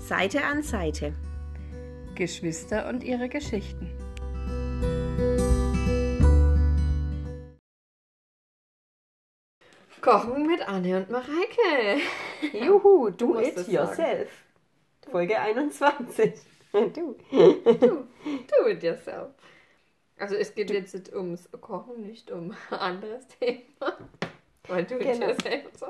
Seite an Seite. Geschwister und ihre Geschichten. Kochen mit Anne und Mareike. Juhu, do musst it es yourself. Folge 21. Du. Do it yourself. Also es geht jetzt nicht ums Kochen, nicht um ein anderes Thema. Weil do it yourself und so.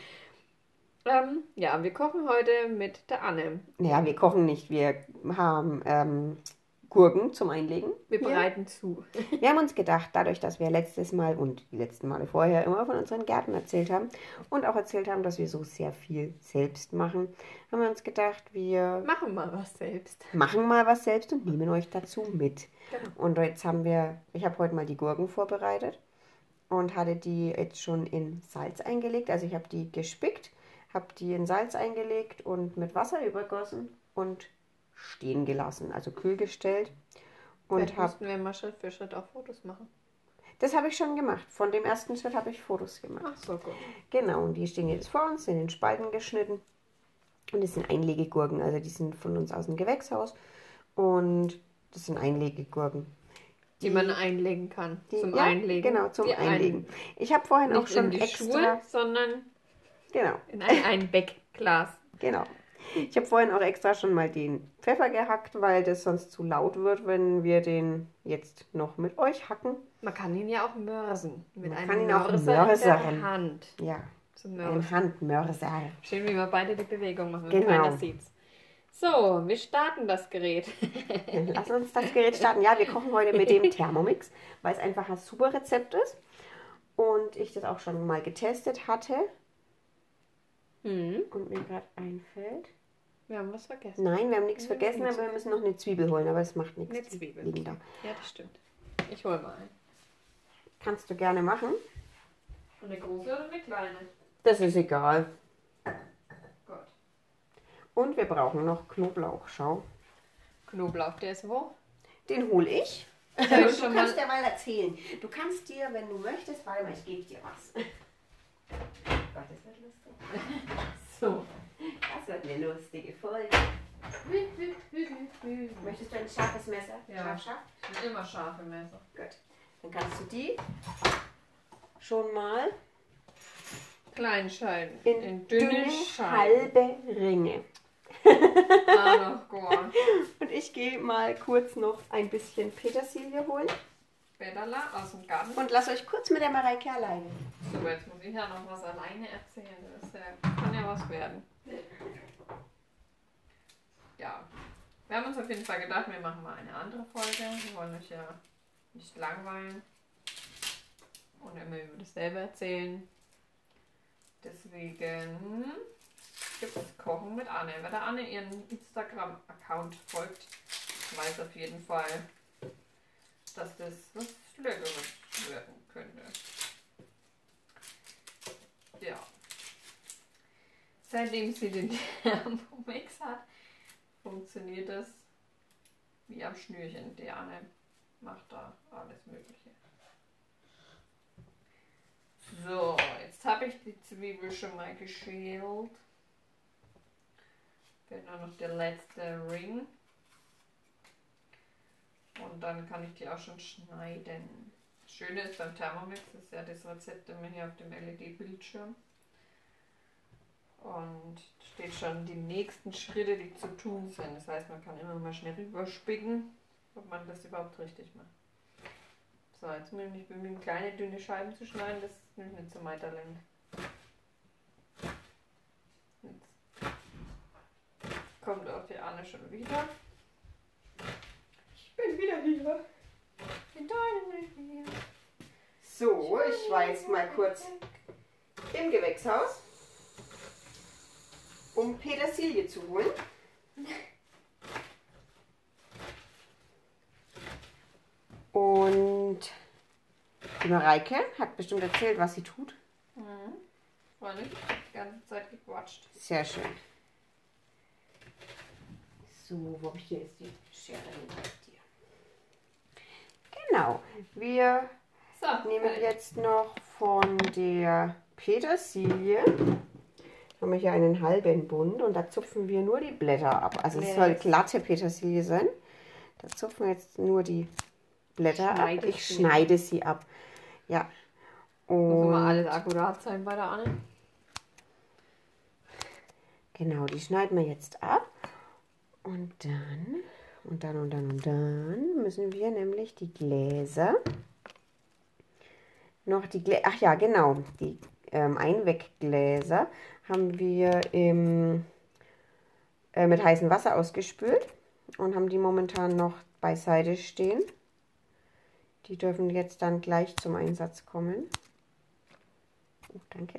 Ja, wir kochen heute mit der Anne. Ja, wir kochen nicht. Wir haben Gurken zum Einlegen. Wir bereiten zu. Wir haben uns gedacht, dadurch, dass wir letztes Mal und die letzten Male vorher immer von unseren Gärten erzählt haben und auch erzählt haben, dass wir so sehr viel selbst machen, haben wir uns gedacht, wir Machen mal was selbst. machen mal was selbst und nehmen euch dazu mit. Genau. Und jetzt ich habe heute mal die Gurken vorbereitet und hatte die jetzt schon in Salz eingelegt. Also ich habe die gespickt, habe die in Salz eingelegt und mit Wasser übergossen und stehen gelassen, also kühl gestellt. Und müssten wir mal Schritt für Schritt auch Fotos machen. das habe ich schon gemacht. Von dem ersten Schritt habe ich Fotos gemacht. Ach so, gut. Genau, und die stehen jetzt vor uns, sind in Spalten geschnitten. Und das sind Einlegegurken, also die sind von uns aus dem Gewächshaus. Und das sind Einlegegurken. Die man einlegen kann. Zum ja, Einlegen. Genau, zum Einlegen. Ich habe vorhin Nicht auch schon in die extra... Schuhe, sondern Genau. in ein Einwegglas. Genau. Ich habe vorhin auch extra schon mal den Pfeffer gehackt, weil das sonst zu laut wird, wenn wir den jetzt noch mit euch hacken. Man kann ihn ja auch mörsen. Mit Man einem kann ihn auch Mörser in mörsern. der Hand. Ja, Zum ein Mörsen. Handmörser. Schön, wie wir beide die Bewegung machen. Genau. Keiner sieht's. So, wir starten das Gerät. Lass uns das Gerät starten. Ja, wir kochen heute mit dem Thermomix, weil es einfach ein super Rezept ist. Und ich das auch schon mal getestet hatte. Und mir gerade einfällt. Wir haben was vergessen. Nein, wir haben nichts vergessen, aber wir müssen noch eine Zwiebel holen. Aber es macht nichts. Eine Zwiebel. Liegen da. Ja, das stimmt. Ich hole mal ein. Kannst du gerne machen. Eine große oder eine kleine? Das ist egal. Gut. Und wir brauchen noch Knoblauch. Schau. Knoblauch, der ist wo? Den hole ich. ich Du schon kannst ja mal erzählen. Du kannst dir, wenn du möchtest, warte mal, ich gebe dir was. Gott, das wird lustig. So. Das wird eine lustige Folge. Möchtest du ein scharfes Messer? Ja. Scharf? Immer scharfe Messer. Gut. Dann kannst du die schon mal Klein schneiden. in dünne Scheiben. halbe Ringe. Ah, noch gut. Und ich gehe mal kurz noch ein bisschen Petersilie holen. Späterla aus dem Garten. Und lass euch kurz mit der Mareike alleine. So, jetzt muss ich ja noch was alleine erzählen. Das ist ja, kann ja was werden. Ja, wir haben uns auf jeden Fall gedacht, wir machen mal eine andere Folge. Wir wollen euch ja nicht langweilen und immer über dasselbe erzählen. Deswegen gibt es Kochen mit Anne. Wer der Anne ihren Instagram-Account folgt, weiß auf jeden Fall, dass das was Leckeres werden könnte. Ja. Seitdem sie den Thermomix hat, funktioniert das wie am Schnürchen. Die Anne macht da alles Mögliche. So, jetzt habe ich die Zwiebel schon mal geschält. Fehlt nur noch der letzte Ring. Und dann kann ich die auch schon schneiden. Das Schöne ist beim Thermomix, ist ja das Rezept immer hier auf dem LED-Bildschirm. Und steht schon die nächsten Schritte, die zu tun sind. Das heißt, man kann immer mal schnell rüberspicken, ob man das überhaupt richtig macht. So, jetzt muss ich mich bemühen, kleine, dünne Scheiben zu schneiden. Das ist nämlich nicht so weiterlenk. Jetzt kommt auch die Anne schon wieder. Ich bin wieder hier. In deinem Revier. So, ich war jetzt mal kurz im Gewächshaus, um Petersilie zu holen. Und die Mareike hat bestimmt erzählt, was sie tut. Freunde, ich habe die ganze Zeit gequatscht. Sehr schön. So, wo habe ich hier jetzt die Schere hinter dir? Genau. Wir nehmen jetzt noch von der Petersilie haben wir hier einen halben Bund und da zupfen wir nur die Blätter ab. Also es Ja, soll jetzt- glatte Petersilie sein. Da zupfen wir jetzt nur die Blätter ab. Schneidest Ich du? schneide sie ab. Ja. Muss immer Und alles akkurat sein bei der Anne. genau, die schneiden wir jetzt ab. Und dann müssen wir nämlich die Gläser noch ach ja, genau, die Einweggläser haben wir mit heißem Wasser ausgespült und haben die momentan noch beiseite stehen. Die dürfen jetzt dann gleich zum Einsatz kommen. Oh, danke.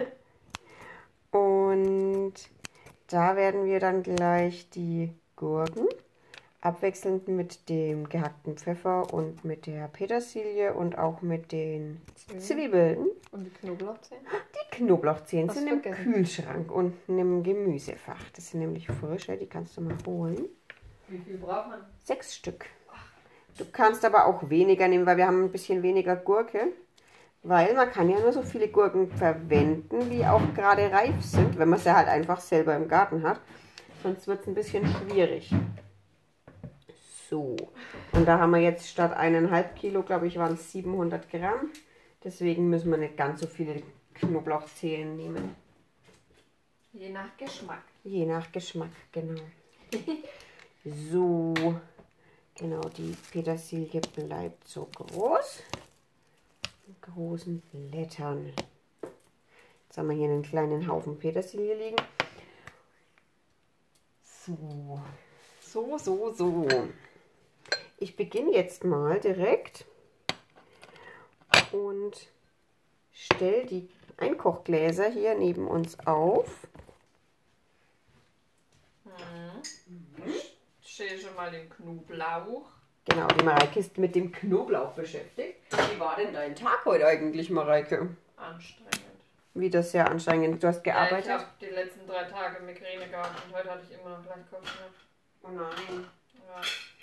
Und da werden wir dann gleich die Gurken abwechselnd mit dem gehackten Pfeffer und mit der Petersilie und auch mit den Zwiebeln. Und die Knoblauchzehen? Die Knoblauchzehen Hast sind im vergessen. Kühlschrank unten im Gemüsefach. Das sind nämlich frische, die kannst du mal holen. Wie viel braucht man? 6 Stück. Du kannst aber auch weniger nehmen, weil wir haben ein bisschen weniger Gurke. Weil man kann ja nur so viele Gurken verwenden, wie auch gerade reif sind, wenn man sie halt einfach selber im Garten hat. Sonst wird es ein bisschen schwierig. So, und da haben wir jetzt statt 1,5 Kilo, glaube ich, waren es 700 Gramm. Deswegen müssen wir nicht ganz so viele Knoblauchzehen nehmen. Je nach Geschmack. Je nach Geschmack, genau. So, genau, die Petersilie bleibt so groß. Mit großen Blättern. Jetzt haben wir hier einen kleinen Haufen Petersilie liegen. So. Ich beginne jetzt mal direkt und stelle die Einkochgläser hier neben uns auf. Ich sehe schon mal den Knoblauch. Genau, die Mareike ist mit dem Knoblauch beschäftigt. Wie war denn dein Tag heute eigentlich, Mareike? Anstrengend. Wieder sehr anstrengend. Du hast Ich gearbeitet? habe die letzten 3 Tage Migräne gehabt und heute hatte ich immer noch gleich Kopfschmerzen. Oh nein. Ja.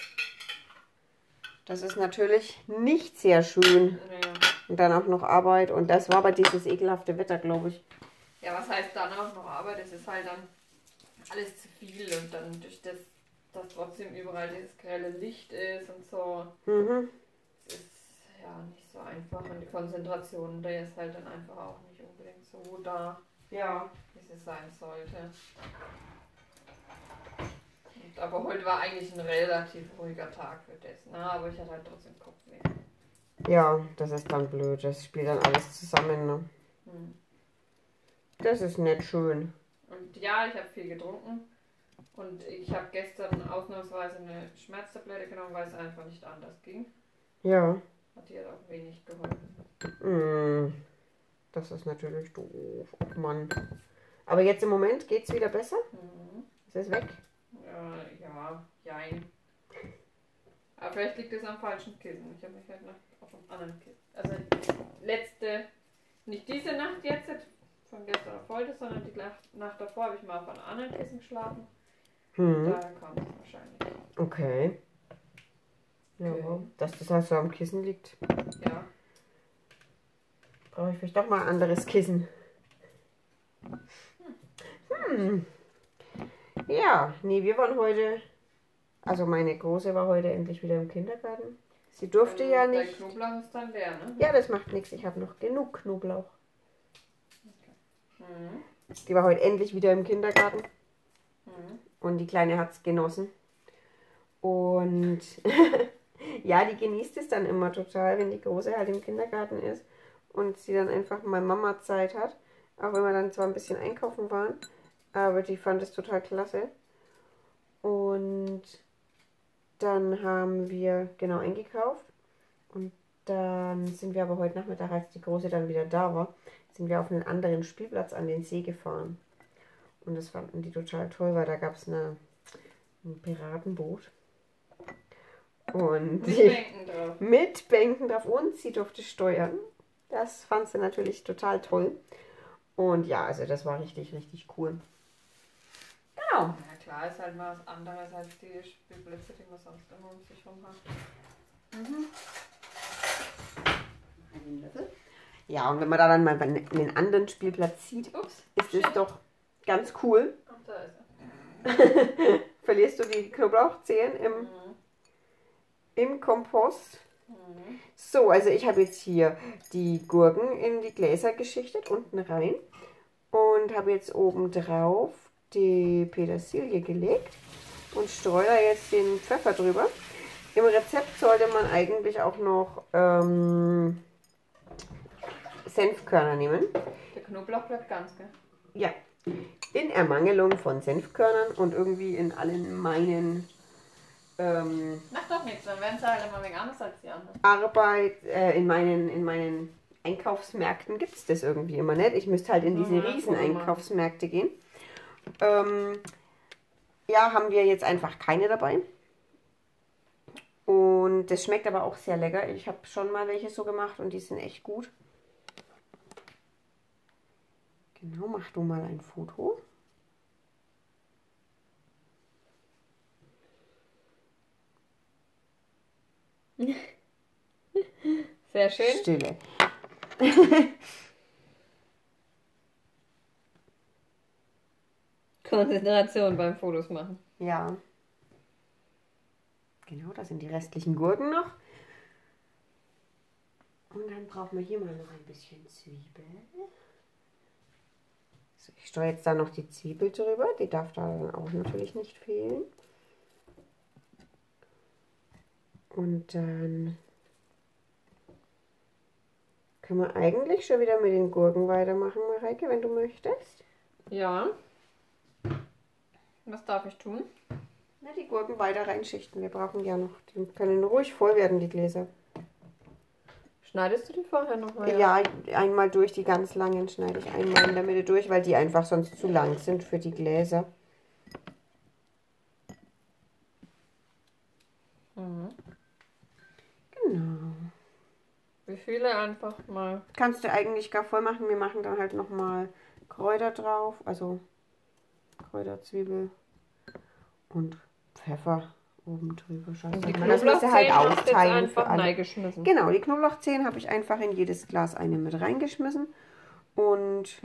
Das ist natürlich nicht sehr schön. Nee. Und dann auch noch Arbeit. Und das war aber dieses ekelhafte Wetter, glaube ich. Ja, was heißt dann auch noch Arbeit? Es ist halt dann alles zu viel und dann durch das, dass trotzdem überall dieses grelle Licht ist und so. Mhm. Es ist ja nicht so einfach und die Konzentration, der ist halt dann einfach auch nicht unbedingt so da, Ja. wie sie sein sollte. Und, aber heute war eigentlich ein relativ ruhiger Tag für das, ne? Aber ich hatte halt trotzdem Kopfweh. Ja, das ist dann blöd. Das spielt dann alles zusammen. Ne? Hm. Das ist nicht schön. Und ja, ich habe viel getrunken und ich habe gestern ausnahmsweise eine Schmerztablette genommen, weil es einfach nicht anders ging. Ja. Hat dir auch wenig geholfen. Das ist natürlich doof. Oh Mann. Aber jetzt im Moment geht es wieder besser? Mhm. Ist es weg? Ja, jein. Aber vielleicht liegt es am falschen Kissen. Ich habe mich halt auf einem anderen Kissen. Also nicht diese Nacht jetzt, von gestern auf heute, sondern die Nacht davor habe ich mal auf einem anderen Kissen geschlafen. Daher kam es wahrscheinlich. Okay. Ja, Okay. dass das halt so am Kissen liegt. Ja. Brauche ich vielleicht doch mal ein anderes Kissen. Ja, nee, wir waren heute, also meine Große war heute endlich wieder im Kindergarten. Sie durfte ja Der nicht. Knoblauch ist dann leer, ne? Ja, das macht nichts. Ich habe noch genug Knoblauch. Mhm. Die war heute endlich wieder im Kindergarten. Mhm. Und die Kleine hat es genossen. Und ja, die genießt es dann immer total, wenn die Große halt im Kindergarten ist und sie dann einfach mal Mama-Zeit hat. Auch wenn wir dann zwar ein bisschen einkaufen waren, aber die fand es total klasse. Und dann haben wir genau eingekauft. Und dann sind wir aber heute Nachmittag, als die Große dann wieder da war, sind wir auf einen anderen Spielplatz an den See gefahren. Und das fanden die total toll, weil da gab es ein Piratenboot. Und Mit Bänken drauf. mit Bänken drauf und sie durfte steuern. Das fand sie natürlich total toll. Und ja, also das war richtig, richtig cool. Genau. Ja klar, ist halt mal was anderes als die Spielplätze, die man sonst immer um sich rum hat. Ja, und wenn man da dann mal einen anderen Spielplatz sieht, Ups, ist es shit. doch Ganz cool. Ach, da ist er. Verlierst du die Knoblauchzehen im Kompost. So, also ich habe jetzt hier die Gurken in die Gläser geschichtet, unten rein. Und habe jetzt oben drauf die Petersilie gelegt und streue da jetzt den Pfeffer drüber. Im Rezept sollte man eigentlich auch noch Senfkörner nehmen. Der Knoblauch bleibt ganz, gell? Ja, in Ermangelung von Senfkörnern und irgendwie in allen meinen Macht doch nichts, dann werden sie halt immer wegen anders als die anderen. Arbeit, in meinen Einkaufsmärkten gibt es das irgendwie immer nicht. Ich müsste halt in diese riesen Einkaufsmärkte gehen. Ja, haben wir jetzt einfach keine dabei. Und das schmeckt aber auch sehr lecker. Ich habe schon mal welche so gemacht und die sind echt gut. Genau, mach du mal ein Foto. Sehr schön. Stille. Konzentration beim Fotos machen. Ja. Genau, da sind die restlichen Gurken noch. Und dann brauchen wir hier mal noch ein bisschen Zwiebel. So, ich streue jetzt da noch die Zwiebel drüber. Die darf da dann auch natürlich nicht fehlen. Und dann können wir eigentlich schon wieder mit den Gurken weitermachen, Mareike, wenn du möchtest. Ja. Was darf ich tun? Na, die Gurken weiter reinschichten. Wir brauchen ja noch, die können ruhig voll werden, die Gläser. Schneidest du die vorher nochmal? Ja, einmal durch die ganz langen schneide ich einmal in der Mitte durch, weil die einfach sonst zu lang sind für die Gläser. Mhm. Genau. Wie viele einfach mal? Kannst du eigentlich gar voll machen. Wir machen dann halt nochmal Kräuter drauf, also Kräuter, Zwiebel und Pfeffer oben drüber. Und die Das müsst ihr halt Knoblauchzehen hast du jetzt aufteilen. einfach Für alle. reingeschmissen. Genau, die Knoblauchzehen habe ich einfach in jedes Glas eine mit reingeschmissen. Und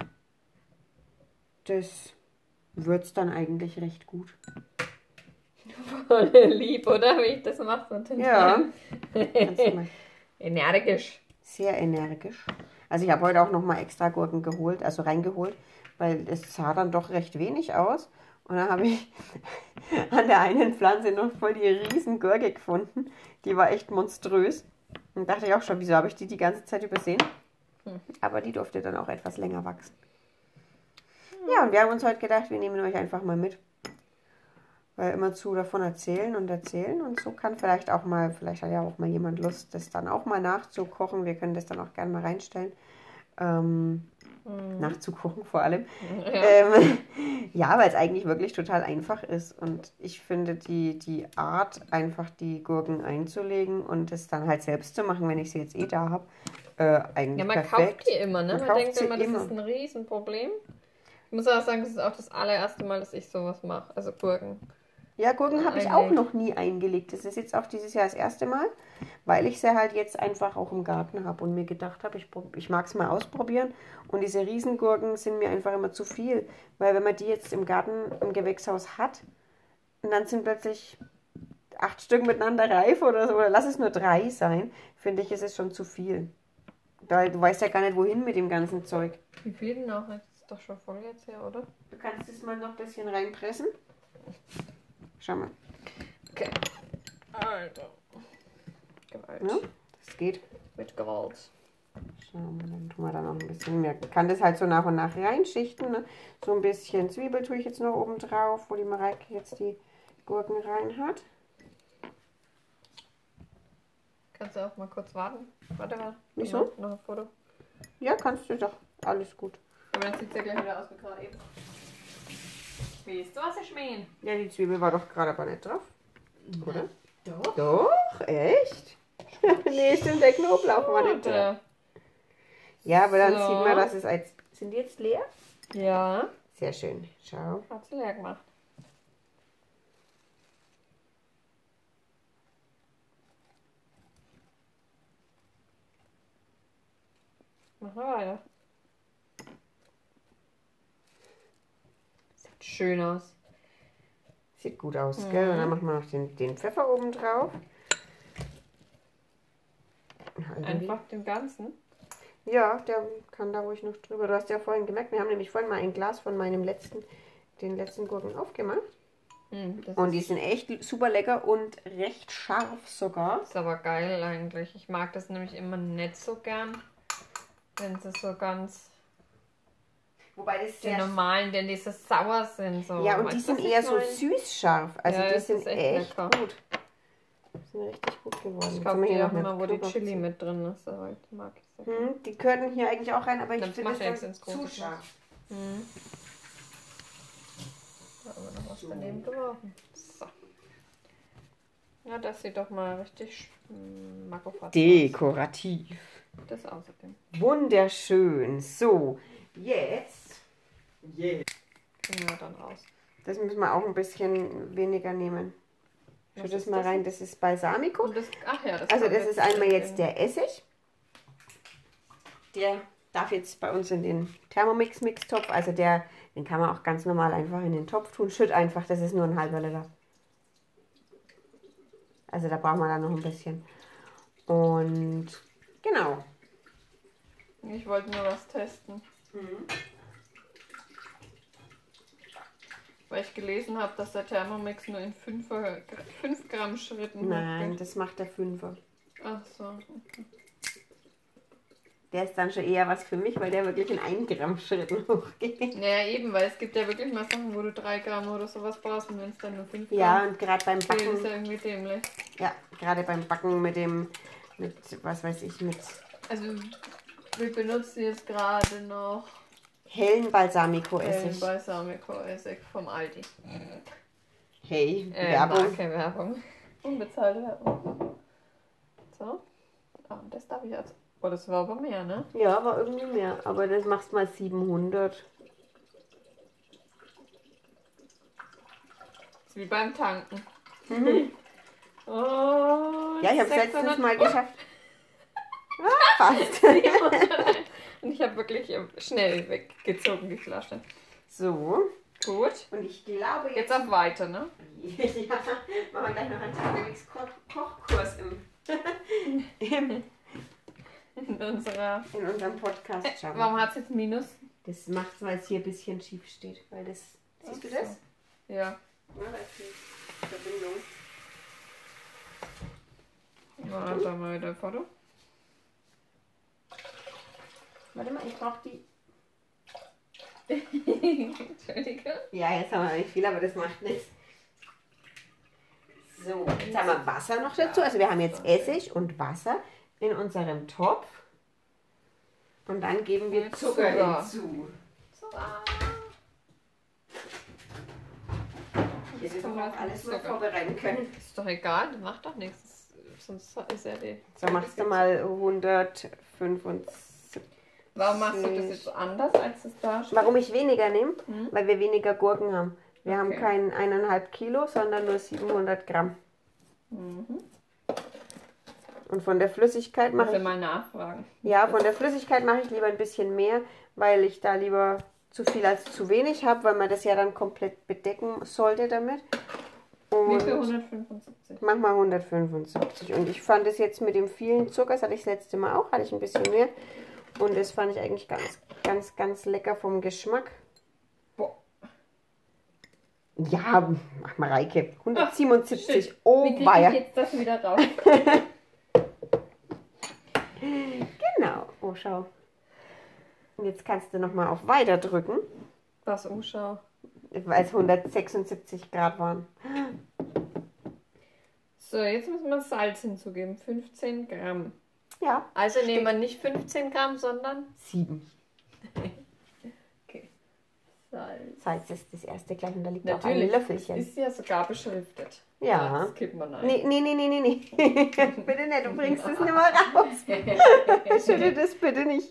das würzt dann eigentlich recht gut. Voll lieb, oder? Wie ich das mache. Ja. Kannst du mal. Energisch. Sehr energisch. Also ich habe heute auch nochmal extra Gurken geholt, also reingeholt, weil es sah dann doch recht wenig aus. Und dann habe ich an der einen Pflanze noch voll die riesen Gurke gefunden. Die war echt monströs. Und dachte ich auch schon, wieso habe ich die ganze Zeit übersehen? Aber die durfte dann auch etwas länger wachsen. Ja, und wir haben uns heute gedacht, wir nehmen euch einfach mal mit. Weil immer zu davon erzählen und erzählen. Und so kann vielleicht auch mal, vielleicht hat ja auch mal jemand Lust, das dann auch mal nachzukochen. Wir können das dann auch gerne mal reinstellen. Nachzukochen vor allem. Ja. Ja, weil es eigentlich wirklich total einfach ist. Und ich finde die Art, einfach die Gurken einzulegen und es dann halt selbst zu machen, wenn ich sie jetzt eh da habe, eigentlich Ja, man perfekt. kauft die immer, ne? Man Man kauft denkt sie immer, das immer. ist ein Riesenproblem. Ich muss auch sagen, das ist auch das allererste Mal, dass ich sowas mache. Also Gurken. Ja, Gurken habe ich auch noch nie eingelegt. Das ist jetzt auch dieses Jahr das erste Mal, weil ich sie halt jetzt einfach auch im Garten habe und mir gedacht habe, ich mag es mal ausprobieren. Und diese Riesengurken sind mir einfach immer zu viel, weil wenn man die jetzt im Garten, im Gewächshaus hat, und dann sind plötzlich 8 Stück miteinander reif oder so, oder lass es nur 3 sein, finde ich, ist es schon zu viel. Weil du weißt ja gar nicht, wohin mit dem ganzen Zeug. Wie viel denn noch? Das ist doch schon voll jetzt her, oder? Du kannst es mal noch ein bisschen reinpressen. Schau mal. Okay. Also. Gewalt. Ja, das geht. Mit Gewalt. Schauen wir, dann tun wir da noch ein bisschen mehr. Ich kann das halt so nach und nach reinschichten. Ne? So ein bisschen Zwiebel tue ich jetzt noch oben drauf, wo die Mareike jetzt die Gurken rein hat. Kannst du auch mal kurz warten? Warte. Wieso? Noch ein Foto. Ja, kannst du doch. Alles gut. Aber dann sieht es ja gleich wieder aus wie gerade eben. Weißt du, was ich meine? Ja, die Zwiebel war doch gerade aber nicht drauf. Oder? Doch. Doch, echt? Nee, stimmt, der Knoblauch war nicht drauf. Oder? Ja, aber dann So. sieht man, dass es als... Sind die jetzt leer? Ja. Sehr schön. Schau. Hat sie leer gemacht. Mach mal weiter. schön aus. Sieht gut aus, gell? Und dann machen wir noch den Pfeffer oben drauf. Einfach den ganzen. Ja, der kann da ruhig noch drüber. Du hast ja vorhin gemerkt, wir haben nämlich vorhin mal ein Glas von den letzten Gurken aufgemacht. Und die sind echt super lecker und recht scharf sogar. Ist aber geil eigentlich. Ich mag das nämlich immer nicht so gern, wenn sie so ganz... Wobei das die normalen, denn die so sauer sind. So. Ja, und die sind eher so süß-scharf. Also ja, die sind echt lecker. gut. Die sind richtig gut geworden. Ich glaube, die haben immer, wo die Chili mit drin ist. Aber die mag ich sehr gerne. Die gehören hier eigentlich auch rein, aber ich finde das das zu scharf. Da haben wir noch was daneben geworfen. So. Ja, das sieht doch mal richtig makofast aus. Dekorativ. Das außerdem. Wunderschön. So, jetzt. Kriegen wir dann raus. Das müssen wir auch ein bisschen weniger nehmen. Schau das mal rein. Das ist Balsamico. Und das, ach ja, also das ist einmal jetzt der Essig. Der darf jetzt bei uns in den Thermomix-Mixtopf. Also den kann man auch ganz normal einfach in den Topf tun. Schütt einfach, das ist nur ein halber Liter. Also da brauchen wir dann noch ein bisschen. Und genau. Ich wollte nur was testen. Weil ich gelesen habe, dass der Thermomix nur in 5 Gramm Schritten Nein, das macht der 5er. Ach so. Okay. Der ist dann schon eher was für mich, weil der wirklich in 1 Gramm Schritten hochgeht. Naja, eben, weil es gibt ja wirklich mal Sachen, wo du 3 Gramm oder sowas brauchst und wenn es dann nur 5 Gramm Ja, und gerade beim Backen. ist ja irgendwie dämlich. Ja, gerade beim Backen mit was weiß ich, mit... Also, wir benutzen jetzt gerade noch hellen Balsamico-Essig. Balsamico-Essig vom Aldi. Hey, Werbung. Marke Werbung. Unbezahlte Werbung. So. Ah, und das darf ich jetzt. Oh, das war aber mehr, ne? Ja, war irgendwie mehr. Aber das machst mal 700. Das ist wie beim Tanken. Oh, ja, ich habe es letztes Mal geschafft. Fast. Und ich habe wirklich schnell weggezogen, die Flasche. So. Gut. Und ich glaube jetzt auf weiter, ne? Ja, machen wir gleich noch einen Thermomix-Kochkurs in unserem Podcast. Warum hat es jetzt Minus? Das macht es, weil es hier ein bisschen schief steht. Weil das. Siehst du das? Ja. Ja, da ist die Verbindung. Warte mal, der Foto. Warte mal, ich brauche die. Entschuldige. Ja, jetzt haben wir nicht viel, aber das macht nichts. So, jetzt haben wir Wasser noch dazu. Also wir haben jetzt Essig und Wasser in unserem Topf. Und dann geben wir Zucker hinzu. Zucker. Hier ist auch alles noch vorbereiten können. Ist doch egal, das macht doch nichts. Sonst ist ja die. So, machst du mal 175. Warum machst du das jetzt anders, als es da steht? Warum ich weniger nehme? Weil wir weniger Gurken haben. Wir haben Okay. kein 1,5 Kilo, sondern nur 700 Gramm. Und von der Flüssigkeit mache ich... mal nachfragen. Ja, von der Flüssigkeit mache ich lieber ein bisschen mehr, weil ich da lieber zu viel als zu wenig habe, weil man das ja dann komplett bedecken sollte damit. Und Wie viel? 175? mach mal 175. Und ich fand es jetzt mit dem vielen Zucker, das hatte ich das letzte Mal auch, hatte ich ein bisschen mehr. Und das fand ich eigentlich ganz lecker vom Geschmack. Boah. Ja, ach Mareike, 177. Ach, Oh, wie krieg weia. ich jetzt das wieder raus? Genau, oh schau. Und jetzt kannst du nochmal auf Weiter drücken, Was umschau. weil es 176 Grad waren. So, jetzt müssen wir Salz hinzugeben. 15 Gramm. Ja, Also nehmen wir nicht 15 Gramm, sondern 7. okay. Salz. Salz ist das erste gleich und da liegt Natürlich, auch ein Löffelchen. ist ja sogar beschriftet. Ja. Das kippen wir rein. Nee. Bitte nicht, du bringst es nicht mal raus. Schütte das bitte nicht.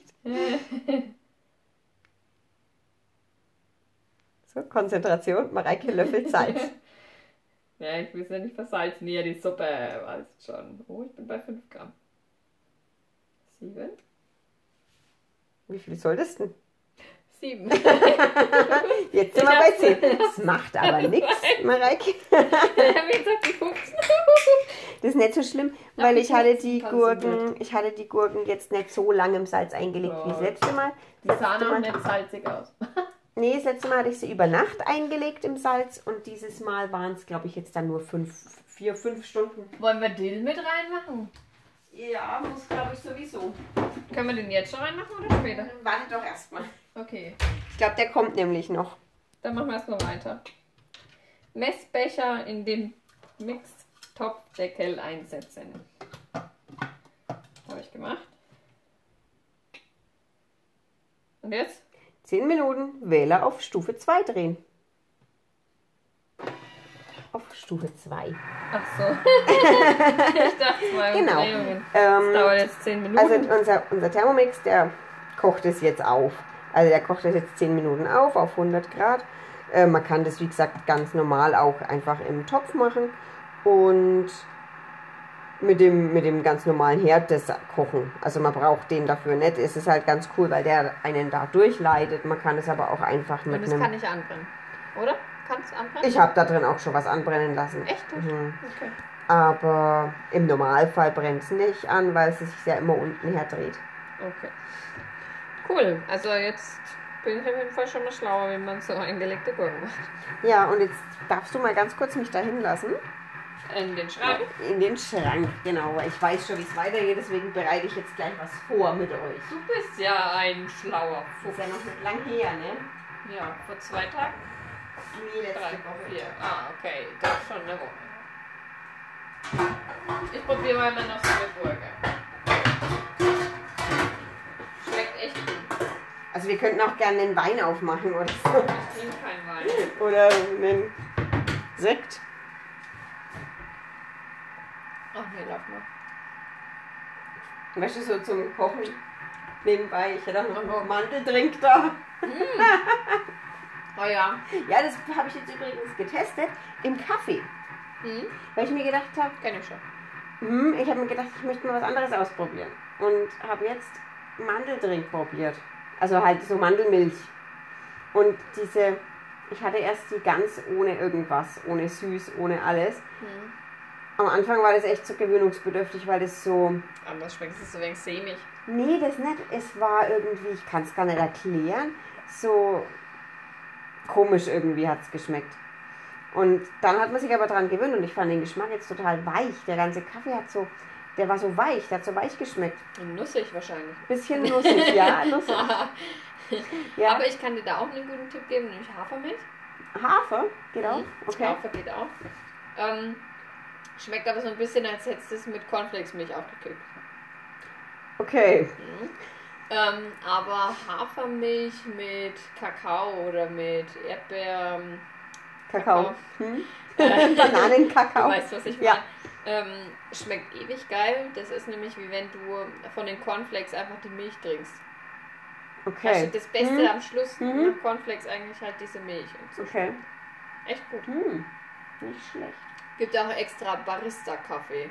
So, Konzentration, Mareike löffelt Salz. Ja, ich will es ja nicht versalzen. Ja, die Suppe, weißt schon. Oh, ich bin bei 5 Gramm. 7. Wie viel soll das denn? 7. Jetzt sind wir bei 10. Das macht aber nichts, Mareike. Ich habe gesagt, die 15. Das ist nicht so schlimm, Ach, weil die ich hatte 15 die kannst du Gurken, ich hatte die Gurken jetzt nicht so lange im Salz eingelegt wie das letzte Mal. Die sahen auch nicht salzig aus. Nee, das letzte Mal hatte ich sie über Nacht eingelegt im Salz und dieses Mal waren es, glaube ich, jetzt dann nur 4, 5 Stunden. Wollen wir Dill mit reinmachen? Ja, muss, glaube ich, sowieso. Können wir den jetzt schon reinmachen oder später? Warte doch erstmal. Okay, Ich glaube, der kommt nämlich noch. dann machen wir erstmal weiter. Messbecher in den Mixtopfdeckel einsetzen. Habe ich gemacht. Und jetzt? 10 Minuten, Wähler auf Stufe 2 drehen. Auf Stufe 2. Ach so. Ich dachte 2 Genau. Umdrehungen. Das dauert jetzt 10 Minuten. Also unser Thermomix, der kocht es jetzt auf. Also der kocht es jetzt 10 Minuten auf 100 Grad. Man kann das, wie gesagt, ganz normal auch einfach im Topf machen. Und mit dem ganz normalen Herd das kochen. Also man braucht den dafür nicht. Es ist halt ganz cool, weil der einen da durchleitet. Man kann es aber auch einfach mit Und es kann nicht anbrennen, oder? Kann es anbrennen? Ich habe da drin auch schon was anbrennen lassen. Echt? Mhm. Okay. Aber im Normalfall brennt es nicht an, weil es sich ja immer unten her dreht. Okay. Cool. Also jetzt bin ich auf jeden Fall schon mal schlauer, wie man so eingelegte Gurken macht. Ja, und jetzt darfst du mal ganz kurz mich da hinlassen. In den Schrank. In den Schrank, genau. Weil ich weiß schon, wie es weitergeht, deswegen bereite ich jetzt gleich was vor mit euch. Du bist ja ein schlauer Ist Fuchs. ja noch nicht lang her, ne? Ja, vor 2 Tagen? Nee, letzte 3, Woche. 4. Ah, okay. Das ist schon eine Woche. Ich probiere mal noch so eine Gurke. Schmeckt echt gut. Also wir könnten auch gerne einen Wein aufmachen oder so. Ich trinke keinen Wein. Oder einen Sekt. Ach nee, lass mal. Weißt du, so zum Kochen nebenbei. Ich hätte auch noch einen Mandeldrink da. Oh ja. Ja, das habe ich jetzt übrigens getestet im Kaffee. Hm? Weil ich mir gedacht habe, Kenn ich schon. ich habe mir gedacht, ich möchte mal was anderes ausprobieren. Und habe jetzt Mandeldrink probiert. Also halt so Mandelmilch. Und ich hatte erst die ganz ohne irgendwas, ohne süß, ohne alles. Hm. Am Anfang war das echt so gewöhnungsbedürftig, weil das so... Anders schmeckt es so ein wenig sämig. Nee, das nicht. Es war irgendwie, ich kann es gar nicht erklären, so komisch irgendwie hat es geschmeckt. Und dann hat man sich aber dran gewöhnt und ich fand den Geschmack jetzt total weich. Der ganze Kaffee der war so weich, der hat so weich geschmeckt. Nussig wahrscheinlich. Bisschen nussig, ja, nussig. Ja. Aber ich kann dir da auch einen guten Tipp geben, nämlich Hafermilch. Hafer, geht auch. Okay. Hafer geht auch. Schmeckt aber so ein bisschen, als hättest du es mit Cornflakesmilch aufgekippt. Okay. Aber Hafermilch mit Kakao oder mit Erdbeeren. Kakao. Du Bananenkakao. weißt, was ich Ja. meine. Schmeckt ewig geil. Das ist nämlich wie wenn du von den Cornflakes einfach die Milch trinkst. Okay. Also das Beste am Schluss nach Cornflakes eigentlich halt diese Milch. Und so. Okay. Echt gut. Nicht schlecht. Gibt auch extra Barista-Kaffee.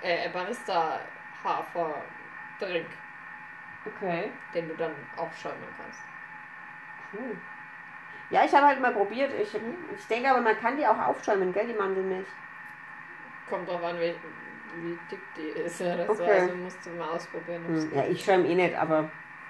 Barista-Hafer-Drink, Okay. den du dann aufschäumen kannst. Cool. Ja, ich habe halt mal probiert. Ich denke aber, man kann die auch aufschäumen, gell, die Mandelmilch. Kommt drauf an, wie dick die ist. Oder so. Okay. Also musst du mal ausprobieren. ob's- Ja, ich schäume eh nicht, aber...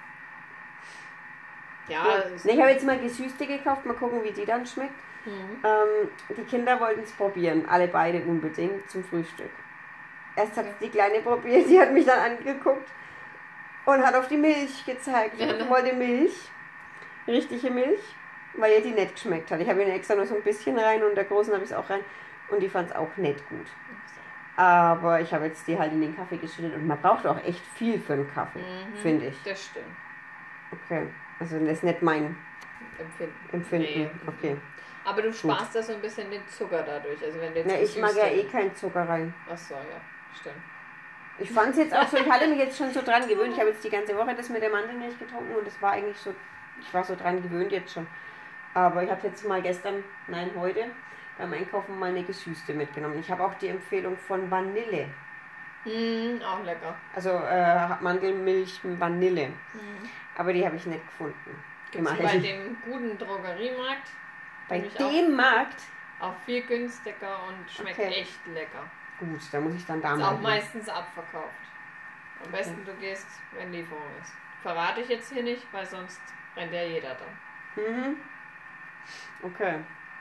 Ja, Nee, ich habe jetzt mal gesüßte gekauft, mal gucken, wie die dann schmeckt. Die Kinder wollten es probieren, alle beide unbedingt zum Frühstück. Erst hat die Kleine probiert, die hat mich dann angeguckt und hat auf die Milch gezeigt. Ich wollte Milch, richtige Milch, weil ihr die nicht geschmeckt hat. Ich habe ihnen extra nur so ein bisschen rein und der Großen habe ich es auch rein und die fand es auch nicht gut. Aber ich habe jetzt die halt in den Kaffee geschüttet und man braucht auch echt viel für einen Kaffee, finde ich. Das stimmt. Okay, also das ist nicht mein Empfinden. Nee. Okay. Aber du sparst da so ein bisschen den Zucker dadurch. Also wenn du jetzt Na, ich mag gesüßte- ja eh keinen Zucker rein. Achso, ja, stimmt. Ich fand es jetzt auch so, ich hatte mich jetzt schon so dran gewöhnt. Ich habe jetzt die ganze Woche das mit der Mandelmilch getrunken und es war eigentlich so, ich war so dran gewöhnt jetzt schon. Aber ich habe jetzt mal heute beim Einkaufen mal eine gesüßte mitgenommen. Ich habe auch die Empfehlung von Vanille. Auch lecker. Also Mandelmilch mit Vanille. Aber die habe ich nicht gefunden. Gibt es bei dem guten Drogeriemarkt. Bei dem Markt? Auch viel günstiger und schmeckt echt lecker. Gut, da muss ich dann da mal. Ist auch hin. meistens abverkauft. Am besten du gehst, wenn Lieferung ist. Verrate ich jetzt hier nicht, weil sonst rennt ja jeder da. Mhm. Okay.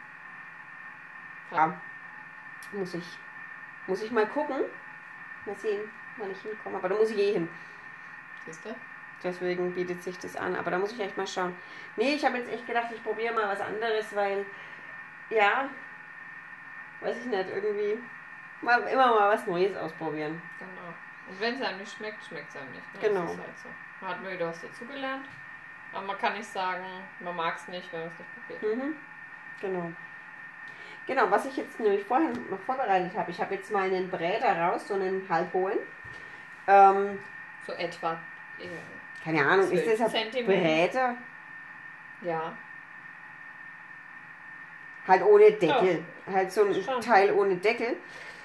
Ja. Muss ich mal gucken. Mal sehen, wann ich hinkomme. Aber da muss ich hin. Siehst du? Deswegen bietet sich das an. Aber da muss ich echt mal schauen. Nee, ich habe jetzt echt gedacht, ich probiere mal was anderes, weil, ja, weiß ich nicht, irgendwie immer mal was Neues ausprobieren. Genau. Und wenn es einem nicht schmeckt, schmeckt es einem nicht. Ne? Genau. Das ist halt so. Man hat nur wieder was dazugelernt. Aber man kann nicht sagen, man mag es nicht, wenn man es nicht probiert. Mhm. Genau, was ich jetzt nämlich vorher noch vorbereitet habe, ich habe jetzt mal einen Bräter raus, so einen halbhohen. So etwa. Keine Ahnung, ist das ein Bräter? Ja. Halt ohne Deckel. Oh. Halt so ein Teil ohne Deckel.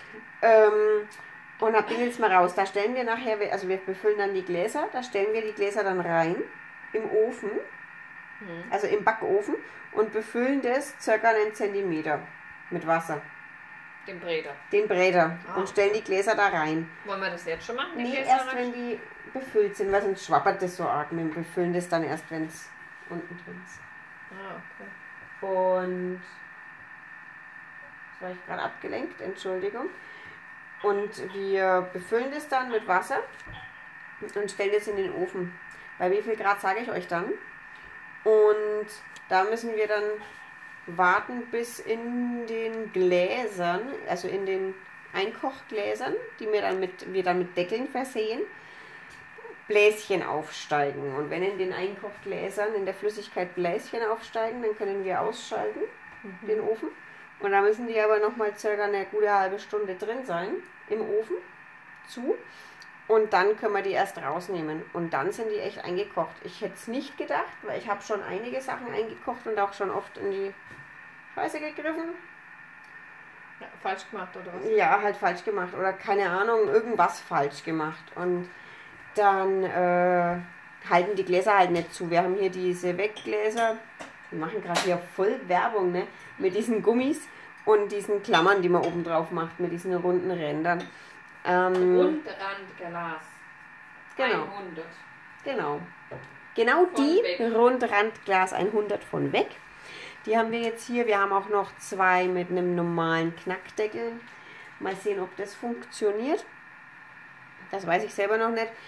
Und hab den jetzt mal raus. Da stellen wir nachher, also wir befüllen dann die Gläser, da stellen wir die Gläser dann rein im Ofen, also im Backofen, und befüllen das circa 1 Zentimeter mit Wasser. Den Bräter. Und stellen die Gläser da rein. Wollen wir das jetzt schon machen? Nee, erst wenn die befüllt sind, weil sonst schwappert das so arg. Wir befüllen das dann erst, wenn es unten drin ist. Okay. Und das war ich gerade abgelenkt, Entschuldigung. Und wir befüllen das dann mit Wasser und stellen das in den Ofen. Bei wie viel Grad sage ich euch dann? Und da müssen wir dann warten, bis in den Gläsern, also in den Einkochgläsern, die wir dann mit Deckeln versehen, Bläschen aufsteigen. Und wenn in den Einkochgläsern in der Flüssigkeit Bläschen aufsteigen, dann können wir ausschalten, den Ofen. Und da müssen die aber nochmal circa eine gute halbe Stunde drin sein, im Ofen, zu. Und dann können wir die erst rausnehmen. Und dann sind die echt eingekocht. Ich hätte es nicht gedacht, weil ich habe schon einige Sachen eingekocht und auch schon oft in die Scheiße gegriffen. Ja, falsch gemacht oder was? Ja, halt falsch gemacht. Oder keine Ahnung, irgendwas falsch gemacht. Und dann halten die Gläser halt nicht zu. Wir haben hier diese Weggläser. Wir machen gerade hier voll Werbung, ne? Mit diesen Gummis und diesen Klammern, die man oben drauf macht, mit diesen runden Rändern. Rundrandglas. Genau. 100. Genau die Rundrandglas 100 von Weg. Die haben wir jetzt hier. Wir haben auch noch 2 mit einem normalen Knackdeckel. Mal sehen, ob das funktioniert. Das weiß ich selber noch nicht.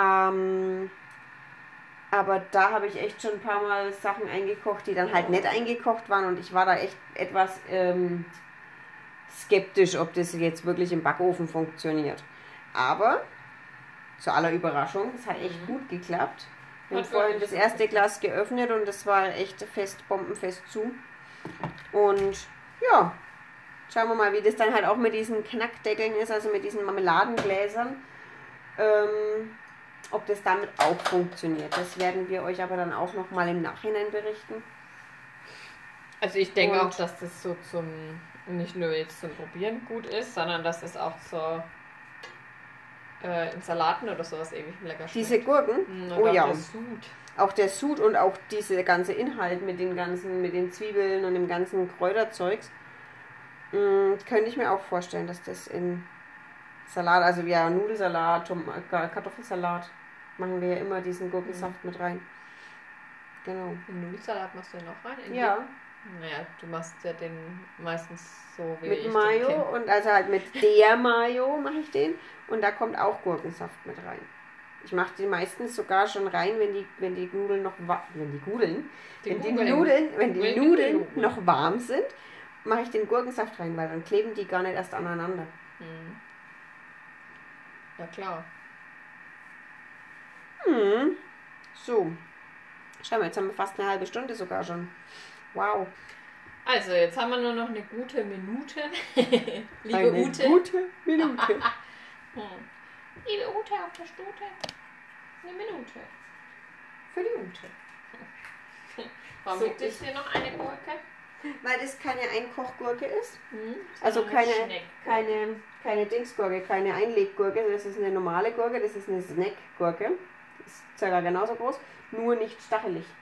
Aber da habe ich echt schon ein paar Mal Sachen eingekocht, die dann halt nicht eingekocht waren. Und ich war da echt etwas skeptisch, ob das jetzt wirklich im Backofen funktioniert. Aber zu aller Überraschung, es hat echt gut geklappt. Wir haben vorhin das erste Glas geöffnet und das war echt fest, bombenfest zu. Und ja, schauen wir mal, wie das dann halt auch mit diesen Knackdeckeln ist, also mit diesen Marmeladengläsern. Ob das damit auch funktioniert. Das werden wir euch aber dann auch nochmal im Nachhinein berichten. Also ich denke auch, dass das so nicht nur jetzt zum Probieren gut ist, sondern dass das auch in Salaten oder sowas ewig lecker schmeckt. Diese Gurken? Oh ja. Der Sud. Auch der Sud und auch diese ganze Inhalt mit den Zwiebeln und dem ganzen Kräuterzeugs. Könnte ich mir auch vorstellen, dass das in Salat, also ja, Nudelsalat, Kartoffelsalat, machen wir ja immer diesen Gurkensaft mit rein. Genau. Den Nudelsalat machst du ja noch rein? Ja. Naja, du machst ja den meistens so wie mit ich Mayo den und also halt mit der Mayo mache ich den und da kommt auch Gurkensaft mit rein. Ich mache die meistens sogar schon rein, wenn die Nudeln noch noch warm sind, mache ich den Gurkensaft rein, weil dann kleben die gar nicht erst aneinander. Ja klar. So. Schau mal, jetzt haben wir fast eine halbe Stunde sogar schon. Wow. Also, jetzt haben wir nur noch eine gute Minute. Liebe eine Ute. Gute Minute. Liebe Ute auf der Stute. Eine Minute. Für die Ute. Warum gibt es hier noch eine Gurke? Weil das keine Einkochgurke ist. Also keine Dingsgurke, keine Einleggurke. Das ist eine normale Gurke, das ist eine Snackgurke. Das ist ca. genauso groß, nur nicht stachelig.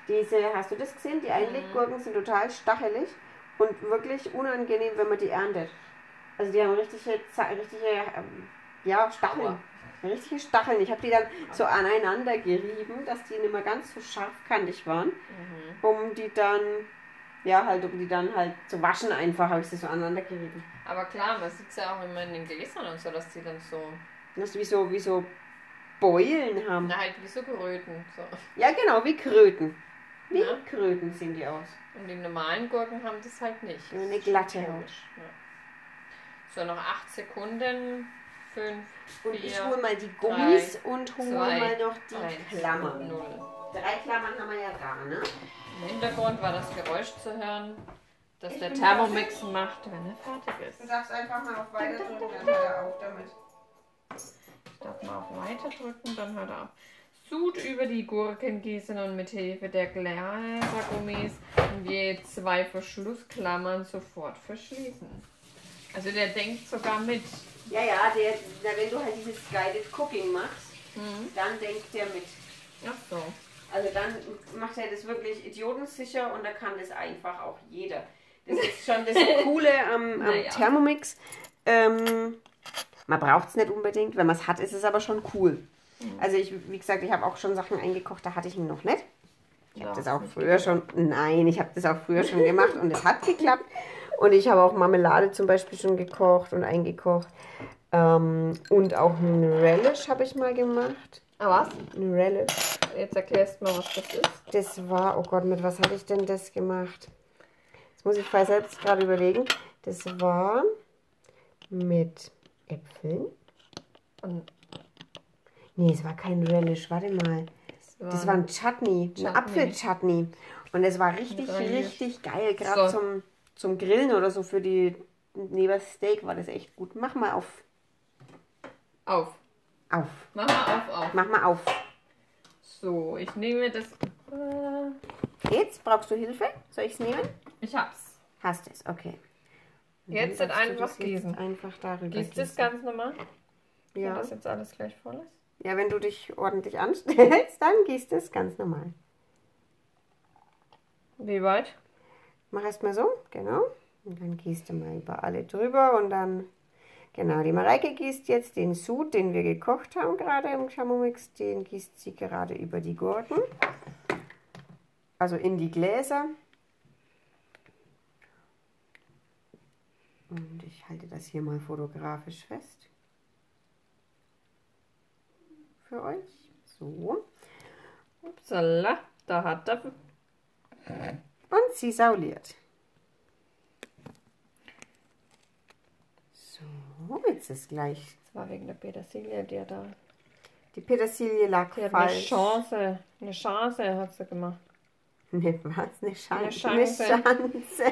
Hast du das gesehen? Die Einleggurken sind total stachelig und wirklich unangenehm, wenn man die erntet. Also die haben richtige Stacheln. Aua. Richtige Stacheln. Ich habe die dann so aneinander gerieben, dass die nicht mehr ganz so scharfkantig waren, um die dann halt zu waschen einfach, habe ich sie so aneinander gerieben. Aber klar, man sieht es ja auch immer in den Gläsern und so, dass die dann so... Das wie so Beulen haben. Na, halt wie so Kröten. So. Ja, genau, wie Kröten. Wie Kröten sehen die aus. Und die normalen Gurken haben das halt nicht. Eine glatte Haut. Ja. So, noch 8 Sekunden. 5, 4, Und ich hole mal die Gummis 3, und hole 2, mal noch die 1, Klammern. 0. 3 Klammern haben wir ja da, ne? Im Hintergrund war das Geräusch zu hören, das Ich der bin Thermomix macht, wenn er fertig ist. Du darfst einfach mal auf Weiter drücken, dann hört er auf damit. Ich darf mal auf Weiter drücken, dann hört er auf. Sud über die Gurken gießen und mit Hilfe der Gläsergummis je 2 Verschlussklammern sofort verschließen. Also der denkt sogar mit. Ja, wenn du halt dieses Guided Cooking machst, dann denkt der mit. Ach so. Also dann macht er das wirklich idiotensicher und da kann das einfach auch jeder. Das ist schon das Coole am Thermomix. Man braucht es nicht unbedingt, wenn man es hat, ist es aber schon cool. Also wie gesagt, ich habe auch schon Sachen eingekocht, da hatte ich ihn noch nicht. Ich habe das auch früher schon, gemacht und es hat geklappt. Und ich habe auch Marmelade zum Beispiel schon gekocht und eingekocht. Und auch ein Relish habe ich mal gemacht. Ah, was? Ein Relish. Jetzt erklärst du mal, was das ist. Das war, oh Gott, mit was hatte ich denn das gemacht? Das muss ich selbst gerade überlegen. Das war mit Äpfeln. Nee, es war kein Relish, warte mal. Das war ein Chutney, ein Apfelchutney. Und es war richtig geil, gerade zum Grillen oder so für die neben Steak war das echt gut. Mach mal auf. Auf. Mach mal auf. Mach mal auf. So, ich nehme das. Jetzt brauchst du Hilfe? Soll ich es nehmen? Ich hab's. Hast es, okay. Und jetzt dann sind einfach gießen. Einfach darüber Gießt das ganz normal? Ja. Wenn das jetzt alles gleich voll ist? Ja, wenn du dich ordentlich anstellst, dann gießt es ganz normal. Wie weit? Mach erst mal so, genau. Und dann gießt du mal über alle drüber und dann, genau, die Mareike gießt jetzt den Sud, den wir gekocht haben gerade im Thermomix, den gießt sie gerade über die Gurken. Also in die Gläser. Und ich halte das hier mal fotografisch fest. Für euch. So. Upsala, da hat er. Und sie sauliert. So, jetzt ist gleich. Das war wegen der Petersilie, die da. Die Petersilie lag falsch. Eine Chance hat sie gemacht. Ne, was? Eine Chance. Eine Chance.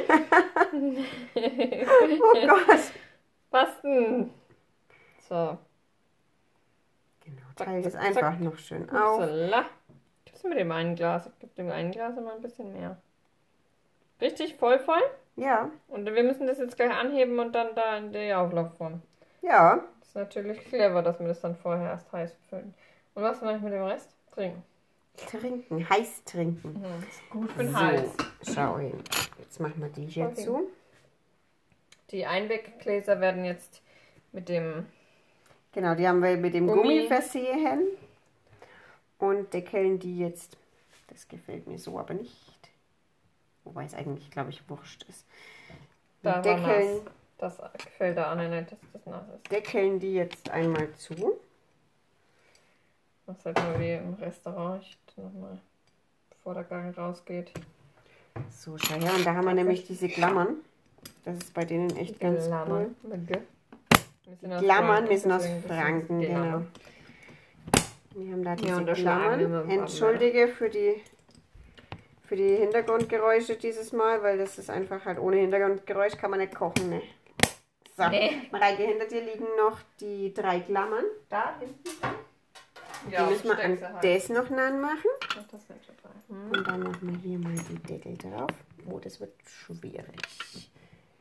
Oh Gott. Was denn? So. Genau, teile das einfach noch schön auf. Upsala. Gib's mit dem einen Glas. Ich gebe dem einen Glas immer ein bisschen mehr. Richtig voll? Ja. Und wir müssen das jetzt gleich anheben und dann da in die Auflaufform. Ja. Das ist natürlich clever, dass wir das dann vorher erst heiß füllen. Und was mache ich mit dem Rest? Trinken. Trinken, heiß trinken. Das ist gut für den Hals. Schau hin. Jetzt machen wir die hier zu. Die Einweggläser werden jetzt mit dem... Genau, die haben wir mit dem Gummi versehen. Und deckeln die jetzt. Das gefällt mir so aber nicht. Wobei es eigentlich, glaube ich, wurscht ist. Da deckeln, das gefällt da an, nicht, dass das nass ist. Deckeln die jetzt einmal zu. Das ist halt nur wie im Restaurant. Ich nochmal, bevor der Gang rausgeht. So, schau her. Und da haben wir nämlich diese Klammern. Das ist bei denen echt ganz cool. Klammern, wir sind aus Franken, genau. Wir haben da diese Klammern. Entschuldige für die Hintergrundgeräusche dieses Mal, weil das ist einfach halt ohne Hintergrundgeräusch kann man nicht kochen, ne? So, Mareike, hinter dir liegen noch die 3 Klammern. Da hinten. Ja, die müssen wir an das noch machen. Und dann machen wir hier mal die Deckel drauf. Oh, das wird schwierig.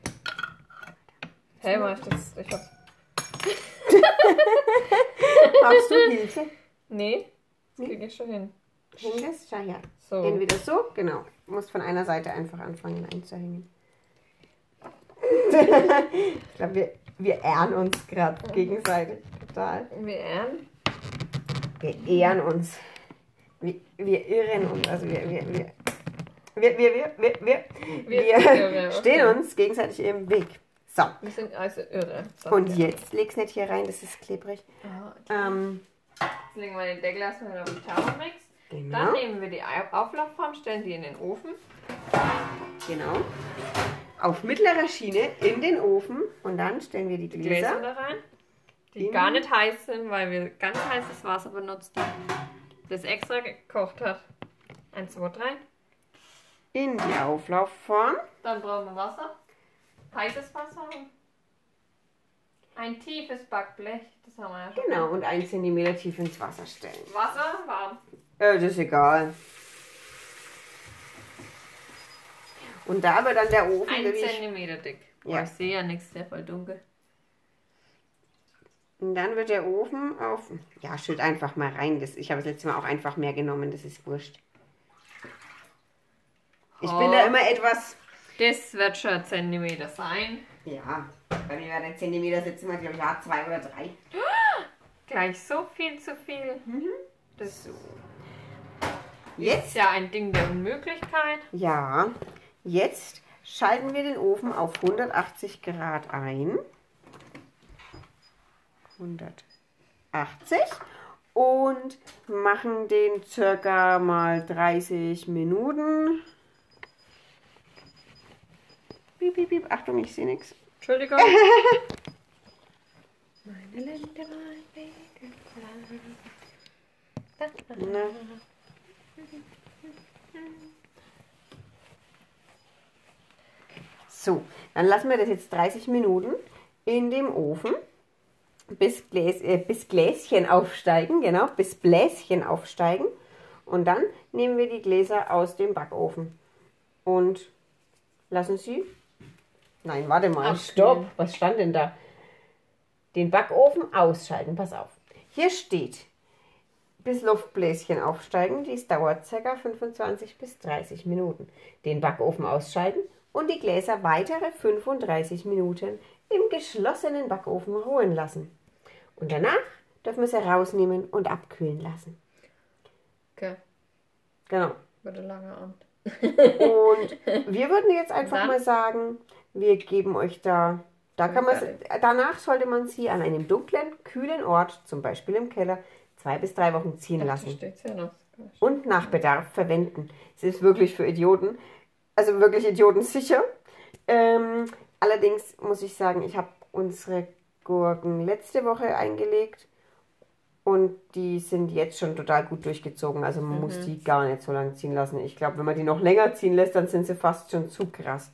Hey, mach ich das? Ich hab's. Brauchst du Hilfe? Nee, das krieg ich schon hin. Hin das? Schau her. So. Entweder so, genau. Du musst von einer Seite einfach anfangen einzuhängen. Ich glaube, wir ehren uns gerade gegenseitig total. Wir ehren. Wir ehren uns. Wir irren uns. Also wir irre, stehen okay. uns gegenseitig im Weg. So. Wir sind also irre. Und jetzt leg's nicht hier rein, das ist klebrig. Jetzt legen wir den Deckel erstmal auf den Thermomix. Genau. Dann nehmen wir die Auflaufform, stellen die in den Ofen. Genau. Auf mittlerer Schiene in den Ofen und dann stellen wir die Gläser Gläser da rein, die gar nicht heiß sind, weil wir ganz heißes Wasser benutzt haben, das extra gekocht hat. 1, 2, 3. in die Auflaufform. Dann brauchen wir Wasser, heißes Wasser und ein tiefes Backblech, das haben wir ja schon. Genau, und 1 cm tief ins Wasser stellen. Wasser warm. Das ist egal. Und da wird dann der Ofen 1 wirklich... Zentimeter dick. Ja. Oh, ich sehe ja nichts, der voll dunkel. Und dann wird der Ofen auf... Ja, schütt einfach mal rein. Ich habe das letzte Mal auch einfach mehr genommen, das ist wurscht. Ich bin da immer etwas... Das wird schon 1 Zentimeter sein. Ja, bei mir wäre der Zentimeter sitzen wir, glaube ich, ja, 2 oder 3. Gleich so viel zu viel. Das Jetzt? ist ja ein Ding der Unmöglichkeit. Ja, jetzt schalten wir den Ofen auf 180 Grad ein. 180 und machen den circa mal 30 Minuten. Piep, piep, piep. Achtung, ich sehe nichts. Entschuldigung. Meine Linde mal wegen Ne. So, dann lassen wir das jetzt 30 Minuten in dem Ofen, bis Gläschen aufsteigen, genau, bis Bläschen aufsteigen. Und dann nehmen wir die Gläser aus dem Backofen und lassen sie... Nein, warte mal, Abkühlen. stopp, was stand denn da? Den Backofen ausschalten, pass auf. Hier steht, bis Luftbläschen aufsteigen, dies dauert ca. 25 bis 30 Minuten. Den Backofen ausschalten und die Gläser weitere 35 Minuten im geschlossenen Backofen ruhen lassen. Und danach dürfen wir sie rausnehmen und abkühlen lassen. Okay, Genau. wurde lange Abend. Und wir würden jetzt einfach Dann? mal sagen, wir geben euch danach sollte man sie an einem dunklen, kühlen Ort, zum Beispiel im Keller, 2 bis 3 Wochen ziehen Da lassen. steht's ja noch. Und nach Bedarf verwenden. Es ist wirklich für Idioten, also wirklich idiotensicher. Allerdings muss ich sagen, ich habe unsere Gurken letzte Woche eingelegt und die sind jetzt schon total gut durchgezogen. Also man muss die gar nicht so lange ziehen lassen. Ich glaube, wenn man die noch länger ziehen lässt, dann sind sie fast schon zu krass.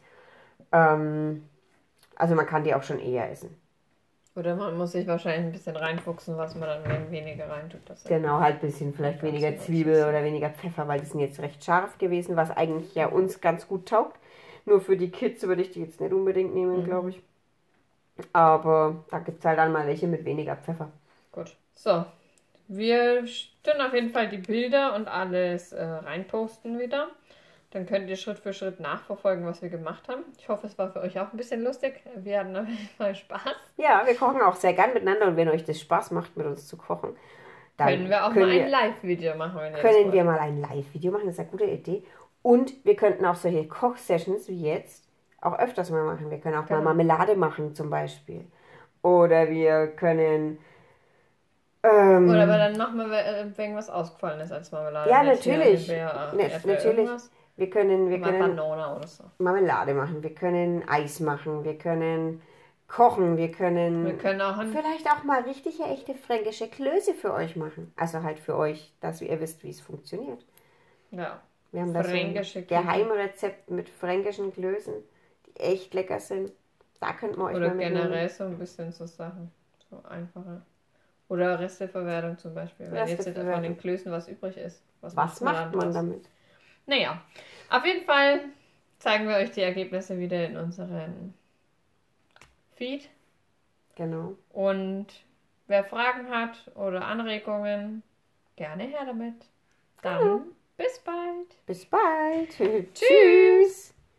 Also man kann die auch schon eher essen. Oder man muss sich wahrscheinlich ein bisschen reinfuchsen, was man dann weniger reintut. Genau, halt ein bisschen vielleicht Ganz weniger genau, Zwiebel so. oder weniger Pfeffer, weil die sind jetzt recht scharf gewesen, was eigentlich ja uns ganz gut taugt. Nur für die Kids würde ich die jetzt nicht unbedingt nehmen, glaube ich. Aber da gibt es halt dann mal welche mit weniger Pfeffer. Gut. So. Wir stellen auf jeden Fall die Bilder und alles reinposten wieder. Dann könnt ihr Schritt für Schritt nachverfolgen, was wir gemacht haben. Ich hoffe, es war für euch auch ein bisschen lustig. Wir hatten auf jeden Fall Spaß. Ja, wir kochen auch sehr gern miteinander und wenn euch das Spaß macht, mit uns zu kochen, dann Können wir auch mal ein Live-Video machen, wenn ihr das können wir wollt. mal ein Live-Video machen. Das ist eine gute Idee. Und wir könnten auch solche Kochsessions wie jetzt auch öfters mal machen. Wir können auch mal Genau. Marmelade machen zum Beispiel. Oder wir können... Oder aber dann machen wir irgendwas Ausgefallenes als Marmelade. Ja, Nicht hier natürlich. Erdbeer, Natürlich. irgendwas. Wir können Banane oder so. Marmelade machen, wir können Eis machen, wir können kochen, wir können Wir können auch vielleicht auch mal richtige, echte fränkische Klöße für euch machen. Also halt für euch, dass ihr wisst, wie es funktioniert. ja. Wir haben da so ein Fränkische Küche. Geheimrezept mit fränkischen Klößen, die echt lecker sind. Da könnt man euch Oder mal mitnehmen. generell so ein bisschen so Sachen. So einfache. Oder Resteverwertung zum Beispiel. Wenn jetzt von Resteverwertung. den Klößen was übrig ist. Was macht man draus? damit? Naja, auf jeden Fall zeigen wir euch die Ergebnisse wieder in unserem Feed. Genau. Und wer Fragen hat oder Anregungen, gerne her damit. Dann Bis bald. Bis bald. Tschüss.